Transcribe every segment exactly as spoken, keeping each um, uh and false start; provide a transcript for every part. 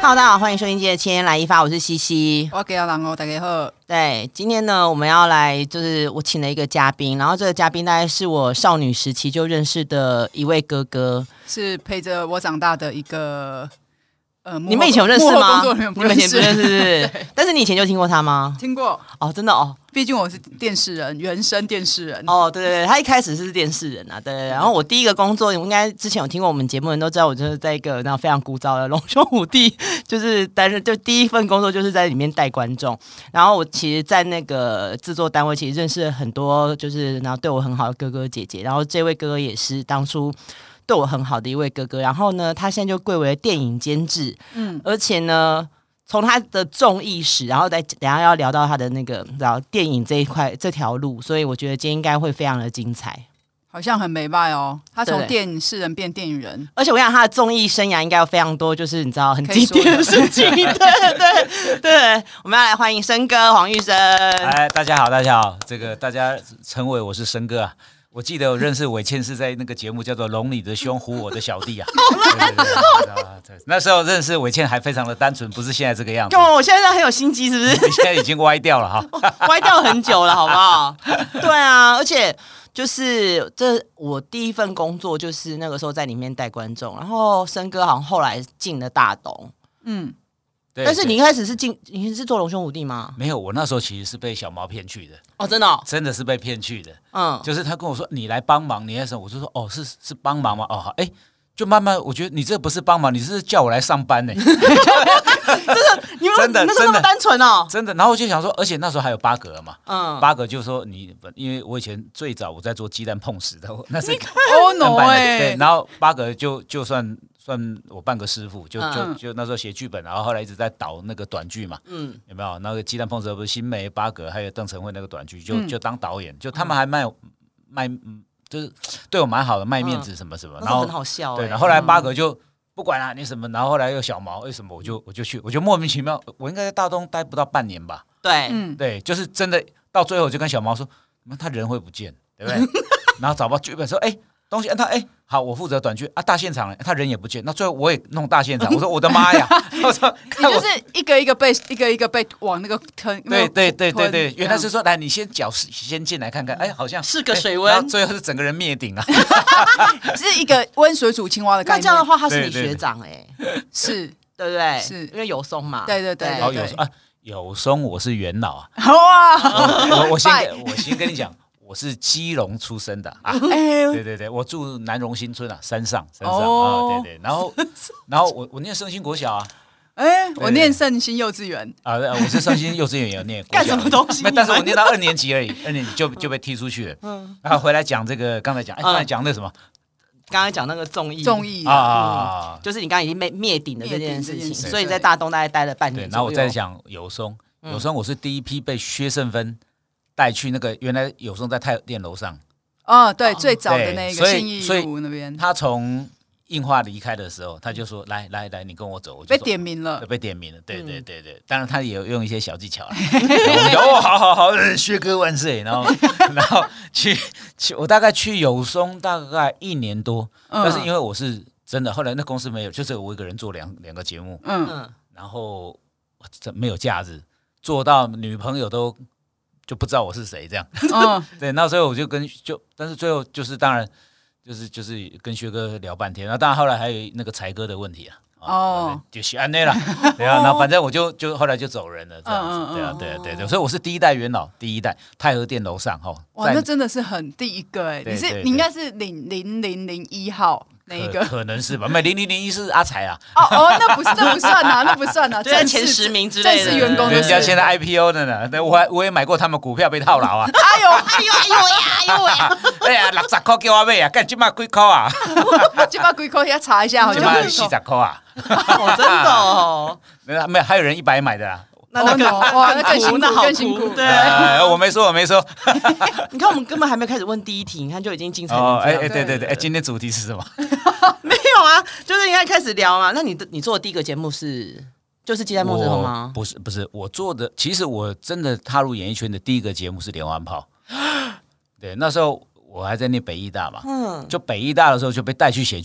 Hello， 大家好，欢迎收听今天的千言来一发，我是西西。 我给阿郎哦，大家好。 对，今天呢，我们要来，就是我请了一个嘉宾，然后这个嘉宾大概是我少女时期就认识的一位哥哥， 是陪着我长大的一个。呃， 你们以前有认识吗？ 你们以前不认识，是不是？但是你以前就听过他吗？ 听过哦，真的哦。 毕竟我是电视人，原生电视人。 哦，对对对，他一开始是电视人啊，对对对。然后我第一个工作，应该之前有听过我们节目的人都知道，我就是在一个那非常古早的龙兄虎弟，就是担任就第一份工作就是在里面带观众。然后我其实，在那个制作单位，其实认识了很多，就是然后对我很好的哥哥姐姐。然后这位哥哥也是当初对我很好的一位哥哥，然后呢，他现在就贵为电影监制，嗯，而且呢，从他的综艺史，然后再等一下要聊到他的那个然后电影这一块这条路，所以我觉得今天应该会非常的精彩。 好像很美败哦，他从电视人变电影人， 而且我想他的综艺生涯应该有非常多，就是你知道很经典的事情。对对对，我们要来欢迎生哥黄玉生。 哎，大家好，大家好，这个大家称谓我是生哥啊。我记得我认识伟倩是在那个节目叫做《龙你的兄，虎我的小弟》啊。对对对，那时候认识伟倩还非常的单纯，不是现在这个样子。 我现在很有心机，是不是？ 你现在已经歪掉了哈， 歪掉很久了，好不好？对啊，而且就是这我第一份工作就是那个时候在里面带观众，然后生哥好像后来进了大东，嗯。但是你一开始是进，你是做龙兄虎弟吗？ 没有，我那时候其实是被小毛骗去的。 哦，真的、哦， 真的是被骗去的。嗯，就是他跟我说你来帮忙，你那时候我就说哦是是帮忙吗？哦好，哎，就慢慢我觉得你这不是帮忙，你是叫我来上班呢。真的，你们真的那时候那么单纯哦， 真的。然后我就想说，而且那时候还有八格嘛，嗯，八格就说你，因为我以前最早我在做鸡蛋碰食的，那是哦 no 哎， 对，然后八格就就算。算我半个师傅，就就就那时候写剧本，然后后来一直在导那个短剧嘛，嗯，有没有那个鸡蛋碰蛇不是新梅八格还有邓晨慧那个短剧，就、嗯、就当导演，就他们还卖卖，就是对我蛮好的，卖面子什么什么， 嗯、然后很好笑、欸， 对，然后后来八格就不管了、啊、你什么，然后后来又小毛，为什么我就我就去，我就莫名其妙，我应该在大东待不到半年吧， 对， 嗯，对，就是真的到最后我就跟小毛说，他人会不见，对不对？然后找到剧本说，哎、欸。东西，他哎、欸，好，我负责短剧啊，大现场，他人也不见，那最后我也弄大现场，我说我的妈呀，我说你就是一个一个被一个一个被往那个坑， 对对对对对，原来是说来你先脚先进来看看，哎，好像是个水温， 然后最后是整个人灭顶啊， 是一个温水煮青蛙的概念。 那这样的话，他是你学长哎、 欸，是对不对？ 是因为有松嘛， 对对对， 然后有啊有松，我是元老啊， 哇， 我我先我先跟你讲。我是基隆出生的啊，欸、对对对，我住南荣新村啊，山上山上、哦、啊，对对，然后然后我我念圣心国小啊， 哎、欸，我念圣心幼稚园啊，我是圣心幼稚园也有念， 干什么东西？ 但是我念到二年级而已，二年级就就被踢出去了，嗯，然后回来讲这个，刚才讲，哎，刚才讲那什么？ 刚才讲那个综艺， 综艺啊、 嗯，就是你刚刚已经被灭顶的这件事情，所以在大东大概待了半年。 然后我再讲有松，有松我是第一批被薛胜芬带去那个原来有松在太和店楼上哦，对，最早的那个信义路那边。 他从映画离开的时候，他就说：“来来来，你跟我走。”我就被点名了， 被点名了。对对对对，嗯、当然他也有用一些小技巧啦。哦，好好好，薛哥万岁！然后然后去去，我大概去有松大概一年多，嗯、但是因为我是真的，后来那公司没有，就只有我一个人做两两个节目，嗯，然后没有假日，做到女朋友都。就不知道我是谁这样，哦、对，那所以我就跟就，但是最后就是当然就是就是跟薛哥聊半天，然后当然后来还有那个才哥的问题啊，哦，就是安内了，对啊，然后反正我就就后来就走人了这样子，嗯、对啊对啊对对，所以我是第一代元老，第一代太和店楼上哈， 哇，那真的是很第一个哎，你是你应该是零零零零一号。哪一个？ 可能是吧，没零零零一是阿财啊。 哦哦，那不是，那不算啊，那不算啊， 在前十名之类的。 正式员工， 人家现在 I P O 的呢，我还我也买过他们股票被套牢啊。 哎呦哎呦哎呦呀哎呦呀！ 哎呀，六十块叫我买啊，干今麦几块啊？ 今麦几块要查一下，好像今麦四十块啊。 哦，真的哦。 没有没有，还有人一百买的啦。 那那个哇，那更辛苦， 更辛苦。 对， 我没说，我没说。 你看，我们根本还没开始问第一题，你看就已经精彩哦。哎哎，对对对，哎，今天主题是什么？ 没有啊，就是应该开始聊嘛。那你你做的第一个节目是就是鸡蛋梦之后吗？ 不是不是，我做的其实我真的踏入演艺圈的第一个节目是连环炮。对，那时候我还在念北艺大嘛，嗯，就北艺大的时候就被带去写剧本。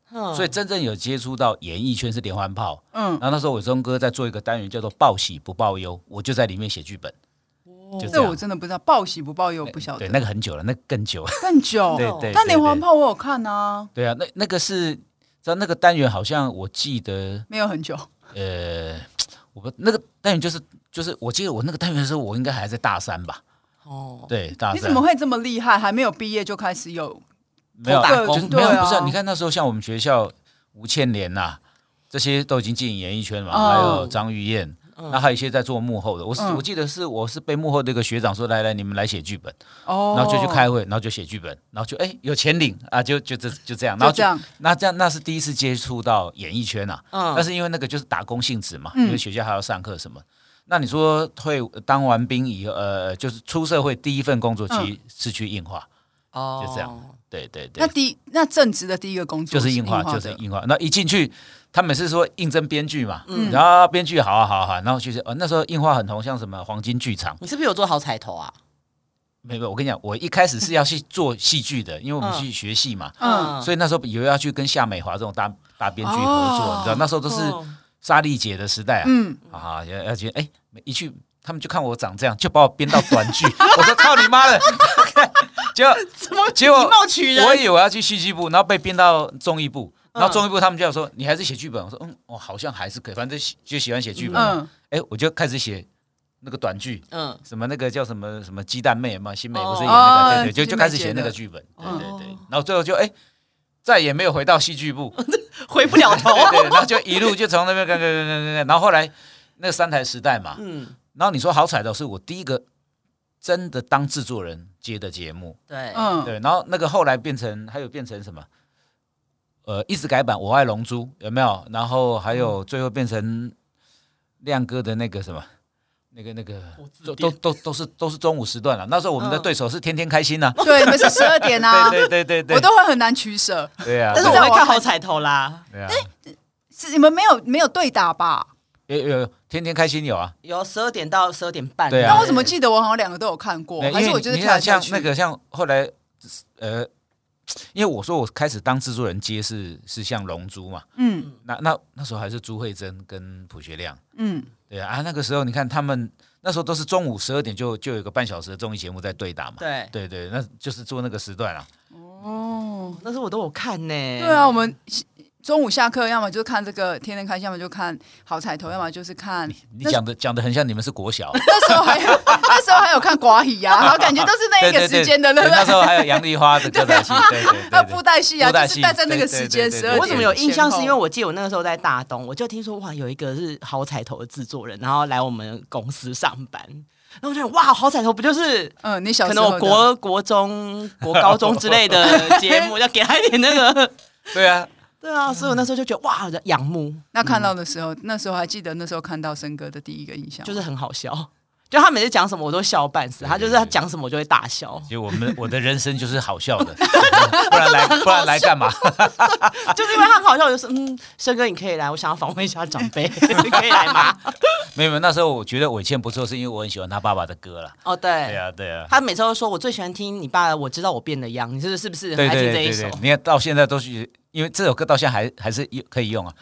嗯、所以真正有接触到演艺圈是连环炮。嗯，然后那时候伟忠哥在做一个单元叫做报喜不报忧，我就在里面写剧本。 哦，这我真的不知道，报喜不报忧不晓得。 对，那个很久了，那个更久， 更久。 对 对, 对, 对。 但连环炮我有看啊。 对啊，那那个是，知道那个单元好像我记得没有很久。 呃，我不那个单元就是就是，我记得我那个单元的时候，我应该还在大三吧。哦，对，大三。 你怎么会这么厉害？还没有毕业就开始有？ 没有打工， 没有，不是、啊。你看那时候像我们学校吴倩莲呐、啊，这些都已经进演艺圈了嘛，哦、还有张玉燕，那、嗯、还有一些在做幕后的。我是、嗯、我记得是我是被幕后的一个学长说，来来，你们来写剧本，哦，然后就去开会，然后就写剧本，然后就哎有钱领啊，就就这就这样，然后就这样， 那这样那是第一次接触到演艺圈啊，嗯，但是因为那个就是打工性质嘛，嗯、因为学校还要上课什么。那你说退当完兵以后，呃，就是出社会第一份工作其实是去印化，哦、嗯，就这样。对对对， 那第那正职的第一个工作就是印化，就是印化。那一进去，他每次说应征编剧嘛，嗯、然后编剧好啊好啊好啊，然后其实呃那时候印化很红，像什么黄金剧场。 你是不是有做好彩头啊？ 没有，我跟你讲，我一开始是要去做戏剧的，因为我们去学戏嘛，嗯，所以那时候以为要去跟夏美华这种大大编剧合作，哦、你知道那时候都是莎莉姐的时代啊，嗯啊要要去哎一去。他们就看我长这样，就把我编到短剧。我说操你妈的！结果怎么结果以貌取人？ 我以为我要去戏剧部，然后被编到综艺部，然后综艺部他们就要说你还是写剧本。我说嗯，我好像还是可以，反正就喜欢写剧本。嗯，哎，我就开始写那个短剧，嗯，什么那个叫什么什么鸡蛋妹嘛，新美不是演那个，对对，就就开始写那个剧本，对对对。然后最后就哎，再也没有回到戏剧部， 回不了头。 对对，然后就一路就从那边干干干干干，然后后来那个三台时代嘛，嗯。然后你说好彩头是我第一个真的当制作人接的节目， 对， 嗯，对。然后那个后来变成还有变成什么？呃，一直改版《我爱龙珠》有没有？然后还有最后变成亮哥的那个什么，那个那个都都都都是都是中午时段了。那时候我们的对手是天天开心呐、啊， 对，你们是十二点啊， 对对对对， 我都会很难取舍。 对啊， 但是我会看好彩头啦。 对啊， 是你们没有没有对打吧？ 有有天天开心有啊， 有十二点到十二点半。 对啊， 但我怎么记得我好像两个都有看过？还是我就是跳来跳去？ 像那个像后来呃，因为我说我开始当制作人接是是像龙珠嘛，嗯，那那那时候还是朱慧珍跟卜学亮，嗯，对啊，那个时候你看他们那时候都是中午十二点就就有一个半小时的综艺节目在对打嘛， 对对对，那就是做那个时段啊。 哦，那时候我都有看呢。 对啊，我们。中午下课，要么就看这个天天开心，要么就看好彩头，要么就是看。 你, 你讲的讲的很像你们是国小。 那时候还有那时候还有看寡喜啊，然后感觉都是那一个时间的，对不对？ 那时候还有杨丽花的歌仔戏，对对对， 还有布袋戏啊，就是带在那个时间十二点。 我怎么有印象？是因为我记得我那个时候在大东，我就听说哇，有一个是好彩头的制作人，然后来我们公司上班。然后我觉得哇，好彩头不就是嗯，你小可能我国国中、国高中之类的节目，要给他一点那个。 对啊。 对啊，所以我那时候就觉得哇，仰慕。 那看到的时候，嗯、那时候还记得那时候看到森哥的第一个印象， 就是很好笑。就他每次讲什么我都笑半死，他就是他讲什么我就会大笑。 其实我们我的人生就是好笑的，不然来不然来干嘛？ 就是因为他很好笑，我就说嗯，森哥你可以来，我想要访问一下长辈，你可以来吗？ 没有没有，那时候我觉得伟倩不错，是因为我很喜欢他爸爸的歌啦。 哦，对， 对啊对啊， 他每次都说我最喜欢听你爸的《我知道我变了样》，你是是不是还听这一首？ 对对对对，你看到现在都是。因为这首歌到现在还还是可以用啊，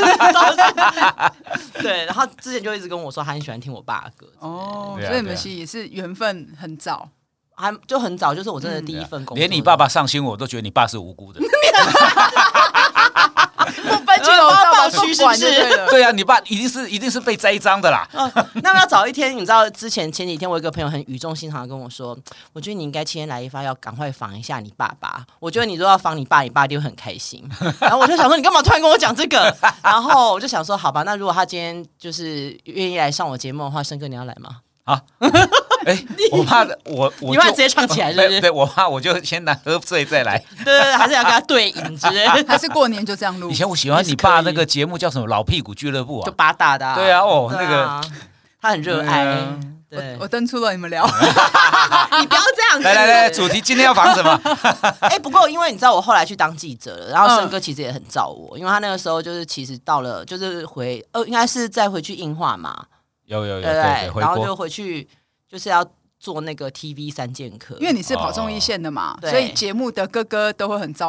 对，然后之前就一直跟我说他很喜欢听我爸的歌哦，所以你们其实也是缘分很早， 还就很早，就是我真的第一份工作， 连你爸爸上新闻我都觉得你爸是无辜的。 不分青红皂白不管就对了。 对啊，你爸一定是一定是被栽赃的啦。 哦、那要早一天，你知道之前前几天我有一个朋友很语重心长的跟我说，我觉得你应该今天来一发，要赶快访一下你爸爸。我觉得你如果要访你爸，你爸一定会很开心。然后我就想说，你干嘛突然跟我讲这个？然后我就想说，好吧，那如果他今天就是愿意来上我节目的话，森哥你要来吗？ 啊。哎、欸，我怕我我你怕直接唱起来是不是？ 对，对我怕我就先拿喝醉再来。 对对对，还是要跟他对饮之类的， 还是过年就这样录。 以前我喜欢你爸那个节目叫什么《老屁股俱乐部》啊， 就八大的、啊。 对啊，哦， 对啊那个他很热爱。嗯、对我，我登出了，你们聊。 你不要这样子。 来来来，主题今天要访什么？ 哎、欸，不过因为你知道我后来去当记者了，然后森哥其实也很照我，因为他那个时候就是其实到了就是回呃，应该是再回去映化嘛。 有有有， 对对, 对，然后就回去就是要。做那个 T V 三剑客， 因为你是跑综艺线的嘛，哦、所以节目的哥哥都会很照你。 对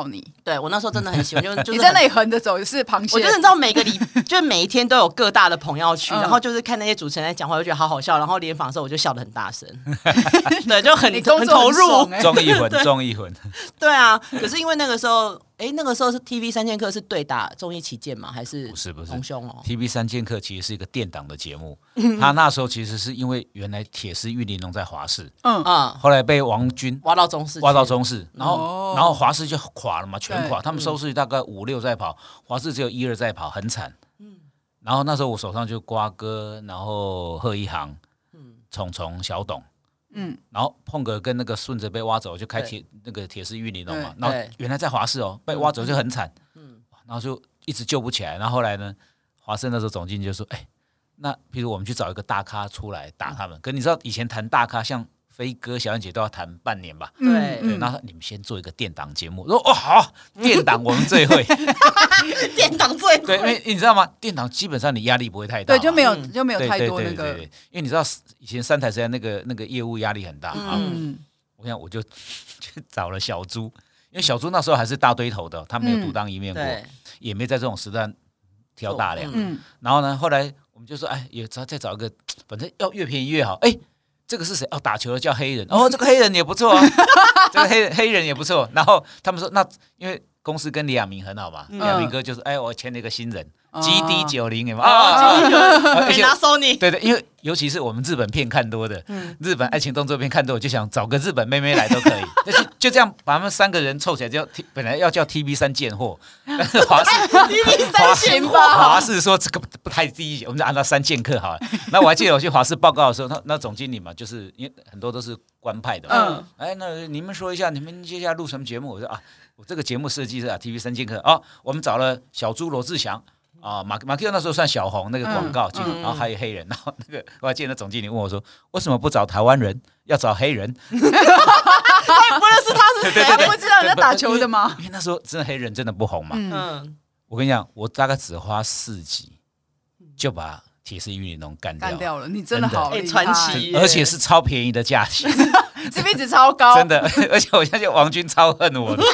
对我那时候真的很喜欢，就就是你在那里横着走是螃蟹， 我就是你知道每个礼，就是每一天都有各大的棚要去， 嗯、 然后就是看那些主持人在讲话，我就觉得好好笑，然后联访的时候我就笑得很大声，对，就很很投入， 综艺魂，综艺魂， 对啊。可是因为那个时候，哎，那个时候是 T V 三剑客是对打综艺旗舰吗？还是不是不是同兄哦 ？T V 三剑客其实是一个电档的节目，他那时候其实是因为原来铁狮玉玲珑在华视，嗯嗯，后来被王军挖到中视， 挖到中视，然后、哦、然后华视就垮了嘛，全垮，他们收视率大概五六在跑，华视只有一二在跑，很惨。嗯，然后那时候我手上就瓜哥，然后贺一航，嗯，虫虫、小董。嗯，然后碰哥跟那个顺着被挖走，就开铁那个铁狮玉玲珑嘛，然后原来在华视哦，被挖走就很惨，嗯，然后就一直救不起来，然后后来呢，华视那时候总经理就说，哎，那譬如我们去找一个大咖出来打他们，可你知道以前谈大咖像飞哥、小燕姐都要谈半年吧？ 对， 对，那你们先做一个电档节目，我说哦好，电档我们最会， 电档最会， 对，因为你知道吗？电档基本上你压力不会太大， 对，就没有就没有太多那个， 因为你知道以前三台时代那个那个业务压力很大啊。嗯，我想我就就找了小猪，因为小猪那时候还是大堆头的，他没有独当一面过，也没在这种时段挑大梁。嗯，然后呢，后来我们就说，哎，也再再找一个，反正要越便宜越好。哎。这个是谁？哦，打球的叫黑人。哦，这个黑人也不错啊，这个黑黑人也不错。然后他们说，那因为公司跟李亚明很好嘛，李亚明哥就是哎，我签了一个新人 G D 九零，有没有啊？ 可以拿索尼。 对对，因为尤其是我们日本片看多的，日本爱情动作片看多，我就想找个日本妹妹来都可以。就就这样把他们三个人凑起来，就本来要叫 T V 三贱货，但是华视 T V 三贱货， 华视说这个不太低级，我们就按照三剑客好了。那我还记得我去华视报告的时候，那那总经理嘛，就是因为很多都是官派的，嗯，哎，那你们说一下，你们接下来录什么节目？我说啊，我这个节目设计是啊 T V 三剑客啊，我们找了小猪罗志祥。啊，马马 Q 那时候算小红那个广告，嗯嗯、然后还有黑人，然后那个我还记得那总经理问我说，为什么不找台湾人，要找黑人？他也不认识他是谁， 他不知道人家打球的吗？ 因为那时候真的黑人真的不红嘛。嗯，我跟你讲，我大概只花四集就把铁狮玉玲珑干掉了， 干掉了，你真的好厉害， 传奇， 而且是超便宜的价钱 ，C P 值超高， 真的，而且我相信王军超恨我的。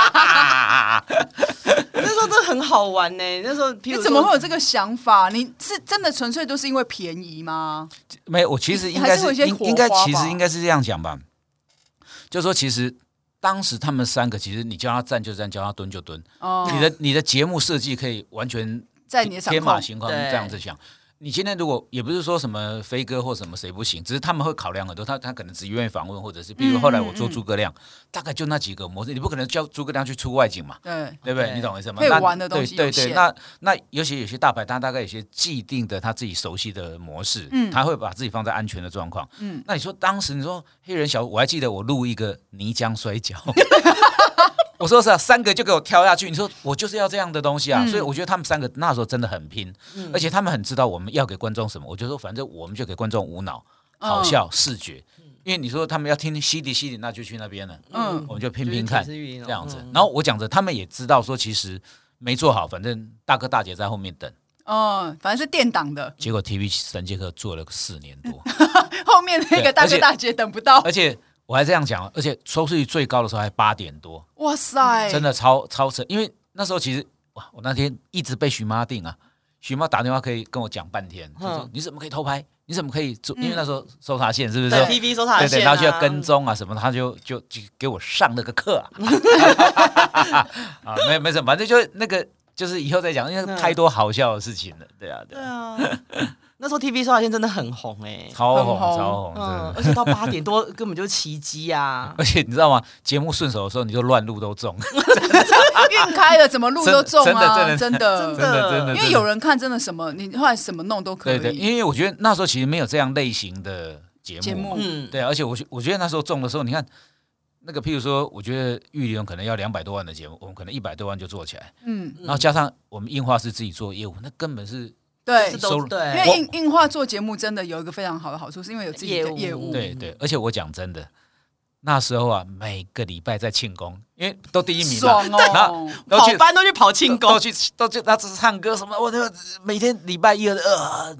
那时候真的很好玩呢、欸。那时候，你怎么会有这个想法？你是真的纯粹都是因为便宜吗？ 没有，我其实应该是应应该其实应该是这样讲吧。就是说，其实当时他们三个，其实你叫他站就站，叫他蹲就蹲。哦，你的你的节目设计可以完全在你的天马行空这样子想。你今天如果也不是说什么飞哥或什么谁不行，只是他们会考量很多，他他可能只愿意访问，或者是比如后来我做诸葛亮，嗯嗯嗯大概就那几个模式，你不可能叫诸葛亮去出外景嘛，对对不对？你懂我意思吗？ 可以玩的东西对对对，那那尤其有些大牌，他大概有些既定的他自己熟悉的模式，嗯，他会把自己放在安全的状况，嗯，那你说当时你说黑人小，我还记得我录一个泥浆摔跤。我说是啊，三个就给我跳下去。你说我就是要这样的东西啊，嗯、所以我觉得他们三个那时候真的很拼，嗯、而且他们很知道我们要给观众什么。我就说，反正我们就给观众无脑、好笑、嗯、视觉。因为你说他们要听犀利犀利，那就去那边了。嗯，我们就拼拼看这样子。然后我讲着，他们也知道说，其实没做好，反正大哥大姐在后面等。 哦，反正是电档的。 结果 T V 三剑客做了四年多， 后面那个大哥大姐等不到， 而且。我还这样讲，而且收视率最高的时候还八点多， 哇塞， 真的超超扯！因为那时候其实哇，我那天一直被徐妈定啊，徐妈打电话可以跟我讲半天，就说你怎么可以偷拍，你怎么可以做？因为那时候搜查线是不是？ 对 T V 搜查线， 对对，然后就要跟踪啊什么，他就就就给我上了个课啊，啊，没没什么，反正就那个就是以后再讲，因为太多好笑的事情了，对啊，对啊。那时候 T V 搜查线真的很红哎、欸， 超红超红， 嗯，而且到八点多根本就是奇迹啊！ 而且你知道吗？节目顺手的时候，你就乱录都中， 运开了怎么录都中啊！真的真的真的真的， 因为有人看真的什么，你后来什么弄都可以。 对对，因为我觉得那时候其实没有这样类型的节目，节目嗯，对，而且我我觉得那时候中的时候，你看那个，譬如说，我觉得玉玲珑可能要两百多万的节目，我们可能一百多万就做起来，嗯，然后加上我们映画是自己做业务，那根本是。 对， 收对， 因为映映画做节目真的有一个非常好的好处，是因为有自己的业务。 对对，而且我讲真的，那时候啊，每个礼拜在庆功，因为都第一名嘛， 爽哦， 跑班都去跑庆功， 都去都去，他只是唱歌什么，我就每天礼拜一二，呃，然后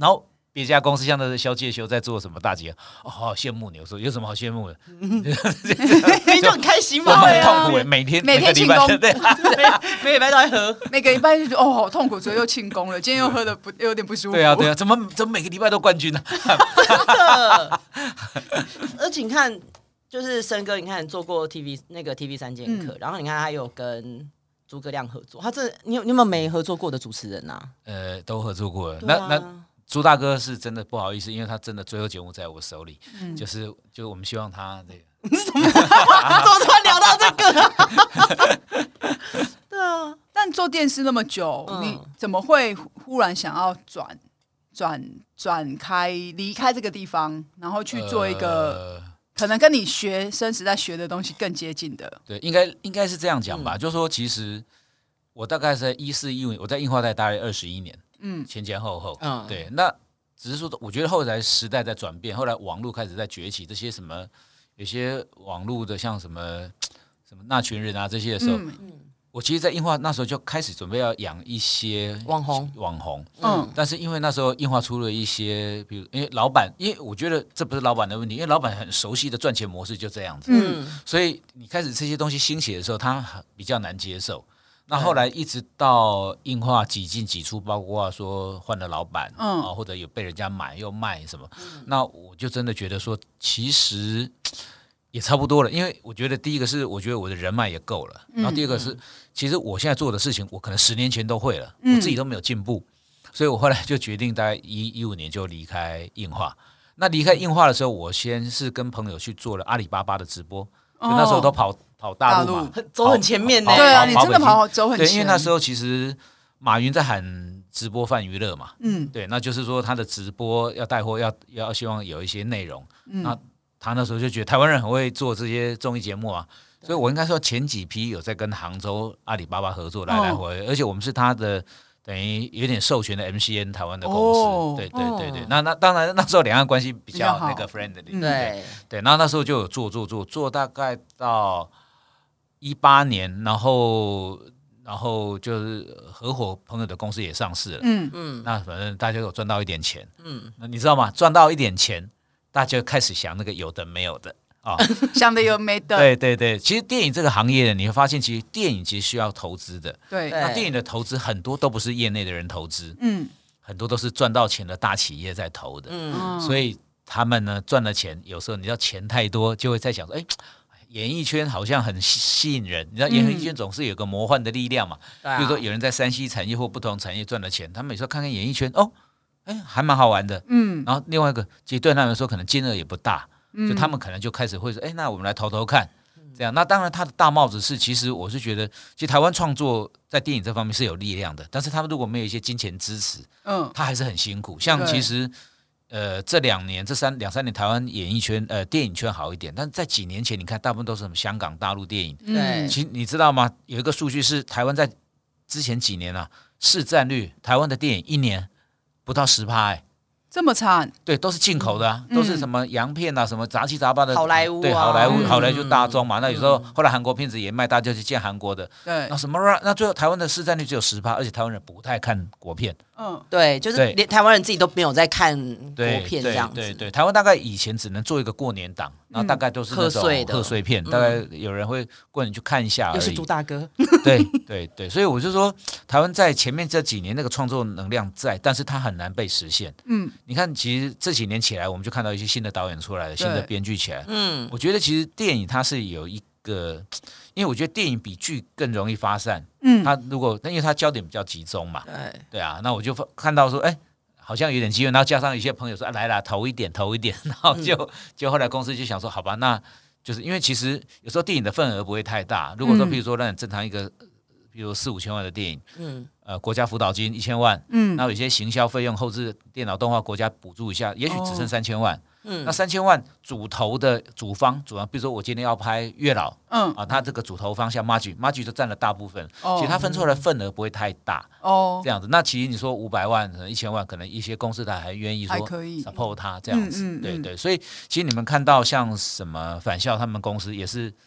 别家公司像那个萧介休在做什么大节，哦，好羡慕你。我说有什么好羡慕的？ 你就很开心嘛， 我很痛苦哎，每天每天庆功， 对， 每礼拜都在喝， 每个礼拜就觉得哦好痛苦，所以又庆功了，今天又喝的不有点不舒服。 对啊对啊，怎么怎么每个礼拜都冠军呢？ 真的。而且你看，就是森哥，你看做过 T V 那个 T V 三剑客，然后你看他有跟诸葛亮合作，他这你有你有没有没合作过的主持人啊？ 呃，都合作过了。 啊、 那那朱大哥是真的不好意思，因为他真的最后节目在我手里，嗯、就是就我们希望他这个。 你怎么怎么突然聊到这个、啊？对啊， 但做电视那么久，嗯、你怎么会忽然想要转转转开离开这个地方，然后去做一个、呃、可能跟你学生时代学的东西更接近的？ 对，应该应该是这样讲吧， 嗯、 就是说其实我大概是在一四一五年，我在映画台大概二十一年。嗯，前前后后，嗯，对，那只是说，我觉得后来时代在转变，后来网络开始在崛起，这些什么有些网络的像什么什么那群人啊这些的时候，嗯，我其实，在映画那时候就开始准备要养一些网红， 网红，嗯，但是因为那时候映画出了一些，比如因为老板，因为我觉得这不是老板的问题，因为老板很熟悉的赚钱模式就这样子，嗯，所以你开始这些东西兴起的时候，他比较难接受。那后来一直到映画几进几出，包括说换了老板，嗯、啊，或者有被人家买又卖什么，嗯、那我就真的觉得说，其实也差不多了。因为我觉得第一个是，我觉得我的人脉也够了，嗯、然后第二个是，其实我现在做的事情，我可能十年前都会了，嗯、我自己都没有进步，所以我后来就决定，大概一一五年就离开映画。那离开映画的时候，我先是跟朋友去做了阿里巴巴的直播，就那时候都跑。跑大陆嘛， 走很前面呢。 对啊，你真的跑走很前面。 对，因为那时候其实马云在喊直播泛娱乐嘛，嗯，对，那就是说他的直播要带货，要要希望有一些内容。嗯、那他那时候就觉得台湾人很会做这些综艺节目啊，所以我应该说前几批有在跟杭州阿里巴巴合作来来回回，哦、而且我们是他的等于有点授权的 M C N 台湾的公司。哦、对对对对，哦、那那当然那时候两岸关系比较那个 friendly，嗯、对对，那那时候就有做做做做，大概到。一八年，然后然后就是合伙朋友的公司也上市了，嗯嗯，那反正大家有赚到一点钱，嗯，那你知道吗？赚到一点钱，大家就开始想那个有的没有的啊，哦、 想的有没的， 对对对。其实电影这个行业呢，你会发现，其实电影其实需要投资的， 对， 那电影的投资很多都不是业内的人投资，嗯，很多都是赚到钱的大企业在投的，嗯，所以他们呢赚了钱，有时候你知道钱太多，就会在想说，哎。演艺圈好像很吸引人，你知道演艺圈总是有个魔幻的力量嘛。嗯、比如说有人在三 C 产业或不同产业赚了钱，他们有时候看看演艺圈，哦，哎，还蛮好玩的。嗯，然后另外一个，其实对他们说可能金额也不大，嗯、所以他们可能就开始会说，哎，那我们来投投看，这样。那当然，他的大帽子是，其实我是觉得，其实台湾创作在电影这方面是有力量的，但是他们如果没有一些金钱支持，嗯，他还是很辛苦。像其实。呃，这两年、这三两三年，台湾演艺圈、呃电影圈好一点，但是在几年前，你看大部分都是什么香港、大陆电影。对，其实你知道吗？有一个数据是台湾在之前几年啊，市占率，台湾的电影一年不到十趴，哎， 这么差？ 对，都是进口的啊，嗯、都是什么洋片啊，什么杂七杂八的好莱坞、啊， 对，好莱坞，嗯、好莱坞就大宗嘛。那有时候、嗯、后来韩国片子也卖，大家就去见韩国的。 对， 那什么，那最后台湾的市占率只有十趴，而且台湾人不太看国片。 嗯，对，就是连台湾人自己都没有在看国片这样子。 对对 对, 对，台湾大概以前只能做一个过年档，然后大概都是那种贺岁片，嗯、大概有人会过年去看一下而已。 又是朱大哥。 对对对，所以我就说，台湾在前面这几年那个创作能量在，但是它很难被实现。嗯，你看，其实这几年起来，我们就看到一些新的导演出来了，新的编剧起来。嗯，我觉得其实电影它是有一个。因为我觉得电影比剧更容易发散，嗯，它如果因为它焦点比较集中嘛，对对啊，那我就看到说，哎，好像有点机会，然后加上一些朋友说，啊、来啦，投一点，投一点，然后就、嗯、就后来公司就想说，好吧，那就是因为其实有时候电影的份额不会太大，如果说比如说让你正常一个，比如四五千万的电影，嗯，呃，国家辅导金一千万，嗯，然后有些行销费用、后置电脑动画国家补助一下，也许只剩三千万。哦嗯、那三千万主投的主方，主方，比如说我今天要拍月老，嗯啊，他这个主投方像 Maggi，Maggi 就占了大部分，哦、其实他分出来的份额不会太大，哦，这样子。那其实你说五百万、可能一千万，可能一些公司他还愿意说 support 他这样子，嗯嗯嗯、对对。所以其实你们看到像什么返校他们公司也是，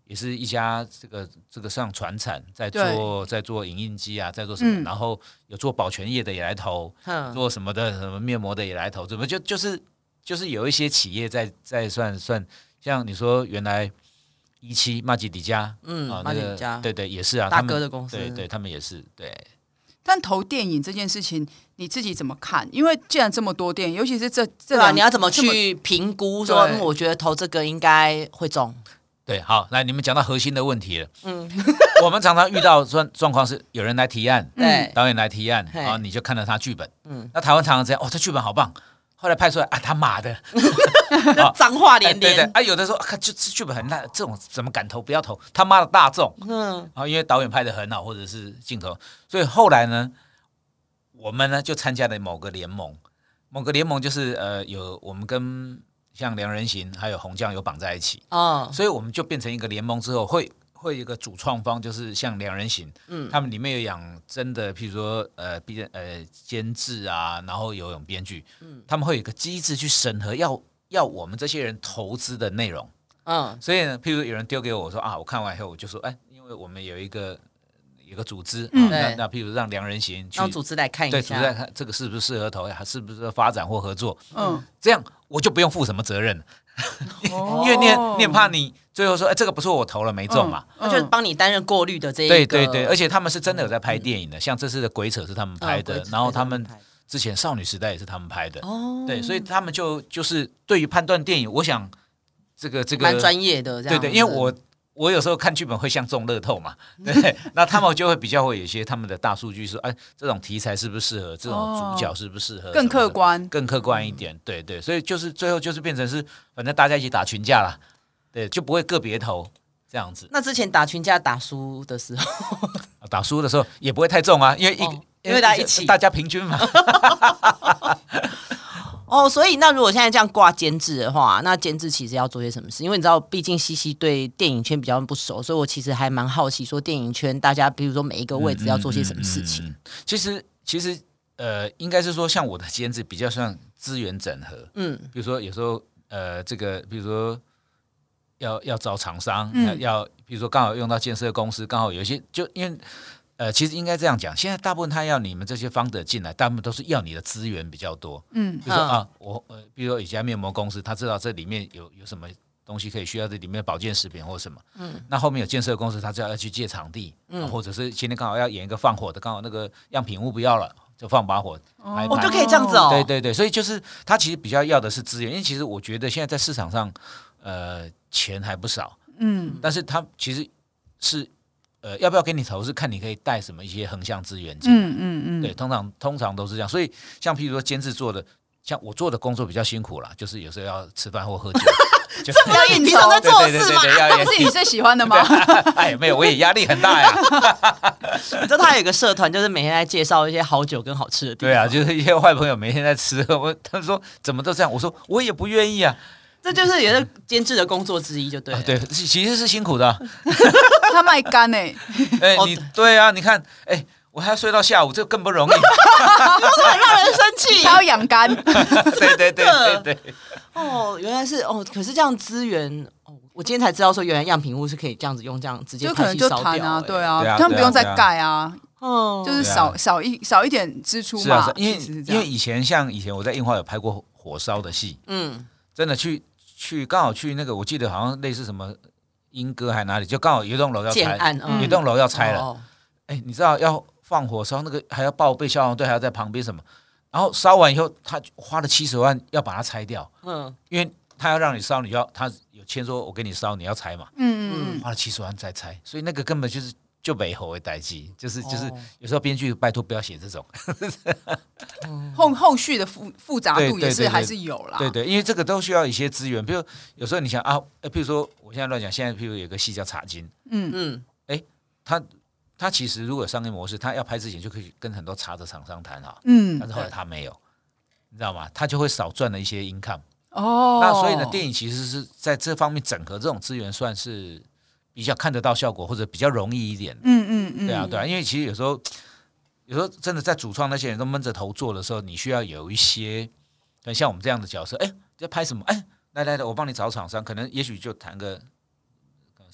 也是一家这个这个上传产在做在做影印机啊，在做什么，嗯、然后有做保全业的也来投，嗯、做什么的什么面膜的也来投，怎么就就是就是有一些企业在在算算，像你说原来一期马吉迪加， 嗯， 啊、 马吉迪加， 对对也是啊， 大哥的公司， 对对，他们也是对。 但投电影这件事情，你自己怎么看？因为既然这么多电影，尤其是这这两、啊，你要怎么去评估说，嗯、我觉得投这个应该会中？ 对，好，来你们讲到核心的问题了。嗯，我们常常遇到状状况是有人来提案， 对， 导演来提案，然后你就看到他剧本，嗯，那台湾常常这样，哦，这剧本好棒，后来拍出来啊，他妈的， 脏话连连， 对对啊，有的时候啊，就剧本很烂，这种怎么敢投？不要投，他妈的大众，嗯，然后因为导演拍的很好，或者是镜头，所以后来呢，我们呢就参加了某个联盟，某个联盟就是呃，有我们跟像良人行还有红酱有绑在一起，哦，所以我们就变成一个联盟之后，会会有一个主创方，就是像良人行，嗯，他们里面有养真的，譬如说呃编呃监制啊，然后有有编剧，嗯，他们会有一个机制去审核要要我们这些人投资的内容，嗯，所以呢，譬如有人丢给我说啊，我看完以后我就说，哎，因为我们有一个。有个组织，嗯啊、那那譬如让良人行去让组织来看一下， 对，组织来看这个是不是适合投，还是不是发展或合作，嗯，这样我就不用负什么责任，哦、因为你你很怕你最后说，哎，这个不是我投了没中嘛， 那、嗯嗯、就是帮你担任过滤的这一个， 对对对，而且他们是真的有在拍电影的，嗯、像这次的鬼扯是他们拍的，嗯、然后他们之前少女时代也是他们拍的，哦，对，所以他们就就是对于判断电影，我想这个这个蛮专业的，这样对对，因为我。我有时候看剧本会像中乐透嘛，对，那他们就会比较会有一些他们的大数据说，哎，这种题材是不是适合，这种主角是不是适合， 更客观， 更客观一点，对对，所以就是最后就是变成是，反正大家一起打群架啦，对，就不会个别投这样子。 那之前打群架打输的时候， 打输的时候也不会太重啊，因为一、哦、 因为大家一起， 大家平均嘛。 哦，所以那如果现在这样挂监制的话，那监制其实要做些什么事？因为你知道，毕竟西西对电影圈比较不熟，所以我其实还蛮好奇，说电影圈大家比如说每一个位置要做些什么事情。嗯嗯嗯嗯、 其实，其实呃，应该是说，像我的监制比较像资源整合，嗯，比如说有时候呃，这个比如说要要找厂商，嗯、要比如说刚好用到建设公司，刚好有一些就因为。呃，其实应该这样讲，现在大部分他要你们这些方的进来，大部分都是要你的资源比较多。嗯，比如说、嗯、啊，我呃，比如说一家面膜公司，他知道这里面有有什么东西可以需要这里面的保健食品或什么。嗯，那后面有建设公司，他知道要去借场地，嗯、啊，或者是今天刚好要演一个放火的，刚好那个样品屋不要了，就放把火， 哦，我就可以这样子哦。 对对对，所以就是他其实比较要的是资源，因为其实我觉得现在在市场上，呃，钱还不少。嗯，但是他其实是。呃，要不要给你投是看你可以带什么一些横向资源进来，嗯嗯嗯，对，通常通常都是这样，所以像譬如说监制做的，像我做的工作比较辛苦啦，就是有时候要吃饭或喝酒， 这不要你平常在做的事吗？ 那不是你最喜欢的吗？ 哎，没有，我也压力很大呀。 你知道他有一个社团，就是每天在介绍一些好酒跟好吃的地方。 对啊，就是一些坏朋友每天在吃，我他们说怎么都这样，我说我也不愿意啊。 这就是也是监制的工作之一，就对了、 啊。对，其实是辛苦的、啊。 他卖干哎、 欸，哎、欸，你对啊，你看，哎、欸，我还要睡到下午，这更不容易， 就是很让人生气。 他要养肝。 对对对对对。 哦，原来是哦，可是这样资源，哦，我今天才知道说，原来样品屋是可以这样子用，这样直接就可能就谈啊，对啊，他们不用再盖啊。哦，就是少、啊、少一少一点支出嘛。是啊，因为因为以前像以前我在映画有拍过火烧的戏，嗯，真的去。去刚好去那个，我记得好像类似什么莺歌还哪里，就刚好有一栋楼要拆，嗯、有一栋楼要拆了。哎、哦欸，你知道要放火烧那个还要报备消防队，还要在旁边什么，然后烧完以后，他花了七十万要把它拆掉。嗯，因为他要让你烧，你要他有签说我给你烧，你要拆嘛。嗯嗯嗯，花了七十万再拆，所以那个根本就是就没后的代际，就是就是有时候编剧拜托不要写这种。 后后续的复复杂度也是还是有啦， 对 对, 对, 对，因为这个都需要一些资源，比如有时候你想啊，譬如说我现在乱讲，现在譬如有个戏叫《茶金》，嗯嗯，哎，他他其实如果有商业模式，他要拍之前就可以跟很多茶的厂商谈好，嗯，但是后来他没有，你知道吗？他就会少赚了一些 income。哦，那所以呢，电影其实是在这方面整合这种资源，算是比较看得到效果，或者比较容易一点。嗯嗯嗯，对啊对啊，因为其实有时候。有时候真的在主创那些人都闷着头做的时候，你需要有一些像我们这样的角色，哎，在拍什么？哎，来来来，我帮你找厂商，可能也许就谈个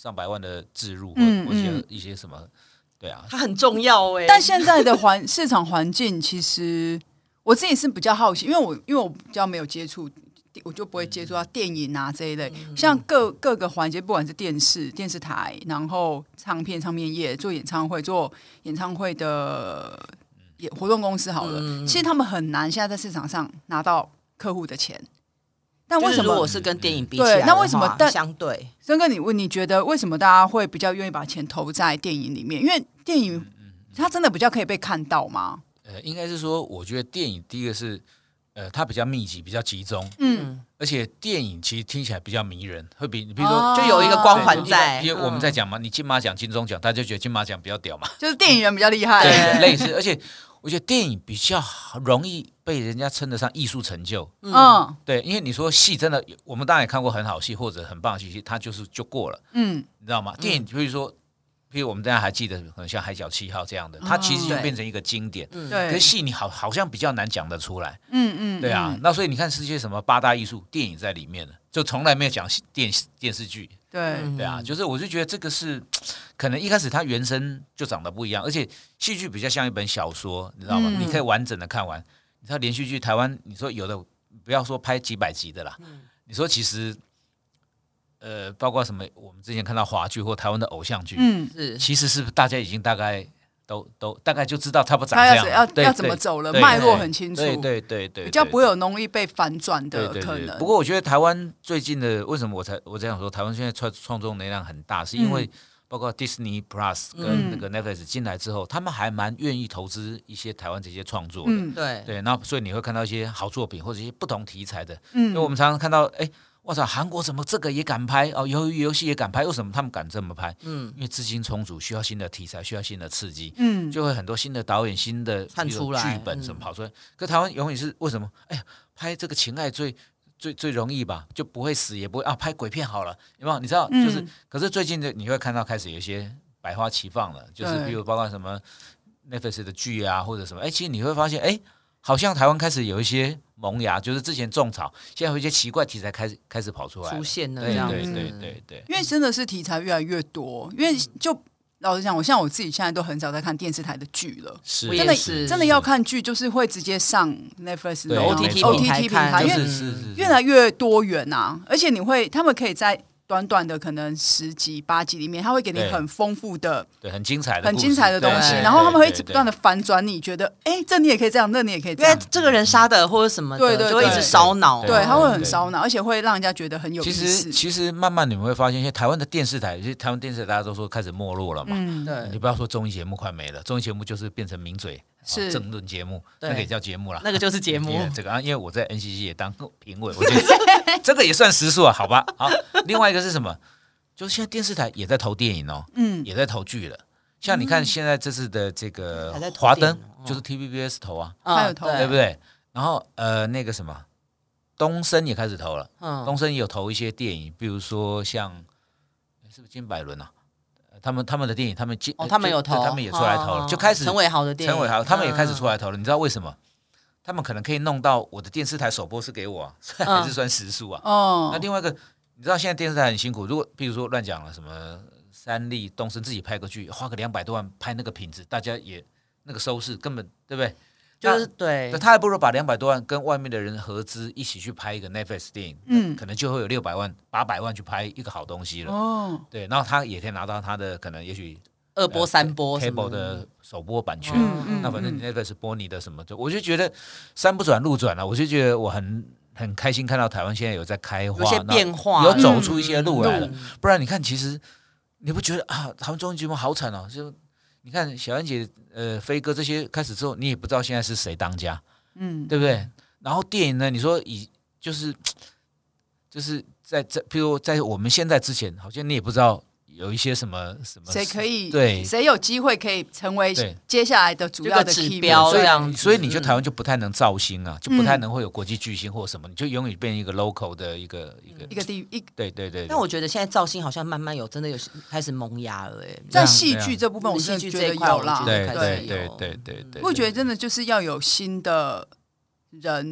上百万的置入， 嗯、 或者一些、 嗯、 一些什么，对啊， 它很重要哎、欸。 但现在的环市场环境，其实我自己是比较好奇，因为我因为我比较没有接触。我就不会接触到电影啊这一类，嗯、像各各个环节，不管是电视、电视台，然后唱片、唱片业做演唱会、做演唱会的活动公司好了，嗯、其实他们很难现在在市场上拿到客户的钱。但为什么？ 如果是跟电影比起来， 对，那为什么？但相对， 森哥，你问你觉得为什么大家会比较愿意把钱投在电影里面？因为电影它真的比较可以被看到吗？ 呃，应该是说，我觉得电影第一个是。呃，它比较密集，比较集中， 嗯， 而且电影其实听起来比较迷人，会比你比如说、 哦、就有一个光环在， 因为我们在讲嘛，你金马奖、金钟奖，大家就觉得金马奖比较屌嘛， 就是电影人比较厉害， 对，类似，而且我觉得电影比较容易被人家称得上艺术成就， 嗯， 对，因为你说戏真的，我们当然也看过很好戏或者很棒的戏，它就是就过了， 嗯， 你知道吗？电影比如说。譬如我们大家还记得，可能像《海角七号》这样的，它其实就变成一个经典。 嗯、对， 可是戏你好好像比较难讲得出来。 嗯嗯， 对啊。那所以你看世界什么八大艺术，电影在里面了，就从来没有讲电电视剧。 对对啊，就是我就觉得这个是可能一开始它原声就长得不一样，而且戏剧比较像一本小说，你知道吗？嗯、你可以完整的看完。你知道连续剧台湾，你说有的不要说拍几百集的啦，嗯、你说其实。呃，包括什么？我们之前看到华剧或台湾的偶像剧， 嗯， 是，其实是大家已经大概都都大概就知道差不多长这样， 要要要怎么走了，脉络很清楚， 对对对对， 比较不会有容易被反转的可能。 对对对，不过我觉得台湾最近的为什么我才我这样说，台湾现在创创作能量很大，是因为包括 Disney Plus 跟那个 Netflix 进来之后，嗯、他们还蛮愿意投资一些台湾这些创作的， 嗯、 对对，那所以你会看到一些好作品或者一些不同题材的， 嗯， 因为我们常常看到，哎。哇操！韩国怎么这个也敢拍哦？鱿鱼游戏也敢拍，为什么他们敢这么拍？ 嗯， 因为资金充足，需要新的题材，需要新的刺激， 嗯， 就会很多新的导演、新的看出来剧本什么跑出来。嗯、可台湾永远是为什么？哎呀，拍这个情爱最最最容易吧，就不会死，也不会啊，拍鬼片好了，有没有？你知道，就是，嗯、可是最近的你会看到开始有一些百花齐放了，就是比如包括什么 Netflix 的剧啊，或者什么，哎，其实你会发现，哎。好像台湾开始有一些萌芽，就是之前种草，现在有一些奇怪题材开始开始跑出来出现了， 对对对对对。 因为真的是题材越来越多，因为就老实讲，我像我自己现在都很少在看电视台的剧了， 是真的是真的要看剧，就是会直接上 Netflix 的 O T T O T T 平台，因为越来越多元啊，而且你会他们可以在。短短的可能十集八集里面，他会给你很丰富的、 对很精彩的、 很精彩的东西，然后他们会一直不断的反转你，觉得哎，这你也可以这样，那你也可以这样， 因为这个人杀的或者什么的， 对对， 就会一直烧脑， 对，他会很烧脑，而且会让人家觉得很有意思。 其实其实慢慢你们会发现，现在台湾的电视台，其实台湾电视台大家都说开始没落了嘛， 嗯， 对， 你不要说综艺节目快没了，综艺节目就是变成名嘴。 是政论节目，那个也叫节目啦， 那个就是节目。 这个啊，因为我在 N C C 也当评委，我觉得这个也算时数啊，好吧。好，另外一个是什么？就是现在电视台也在投电影哦， 嗯， 也在投剧了。像你看现在这次的这个华灯，就是 T V B S 投啊， 还有投， 对不对？然后呃，那个什么，东森也开始投了， 嗯， 东森也有投一些电影，比如说像是不是金百伦啊？他们他们的电影，他们哦，他们有投， 他们也出来投了，就开始陈伟豪的电影， 陈伟豪他们也开始出来投了。你知道为什么？他们可能可以弄到我的电视台首播是给我，啊，还是算时数啊？ 哦， 那另外一个，你知道现在电视台很辛苦，如果比如说乱讲了什么三立、东森自己拍个剧，花个两百多万拍那个品质，大家也那个收视根本对不对？ 就是对， 他还不如把两百多万跟外面的人合资一起去拍一个 Netflix 电影， 嗯， 可能就会有六百万、八百万去拍一个好东西了。 哦， 对，然后他也可以拿到他的可能也许二播、三播 cable 的首播版权， 嗯嗯、 那反正 Netflix 播你的什么，我就觉得山不转路转了，我就觉得我很很开心看到台湾现在有在开花， 有些变化， 有走出一些路来了。 嗯、 不然你看，其实你不觉得啊，台湾综艺节目好惨哦？就你看小燕姐、呃飞哥这些开始之后，你也不知道现在是谁当家。 嗯， 对不对？然后电影呢？你说以就是就是在在，譬如在我们现在之前，好像你也不知道有一些什么什么谁可以对谁有机会可以成为接下来的主要的指标这样子， 所以你就台湾就不太能造星啊，嗯、就不太能会有国际巨星或什么，你就永远变一个 local 的一个一个一个地一对对 对, 对。 但我觉得现在造星好像慢慢有真的有开始萌芽了，哎， 在戏剧这部分，我真的觉得有啦， 对对对对对对。 我觉得真的就是要有新的人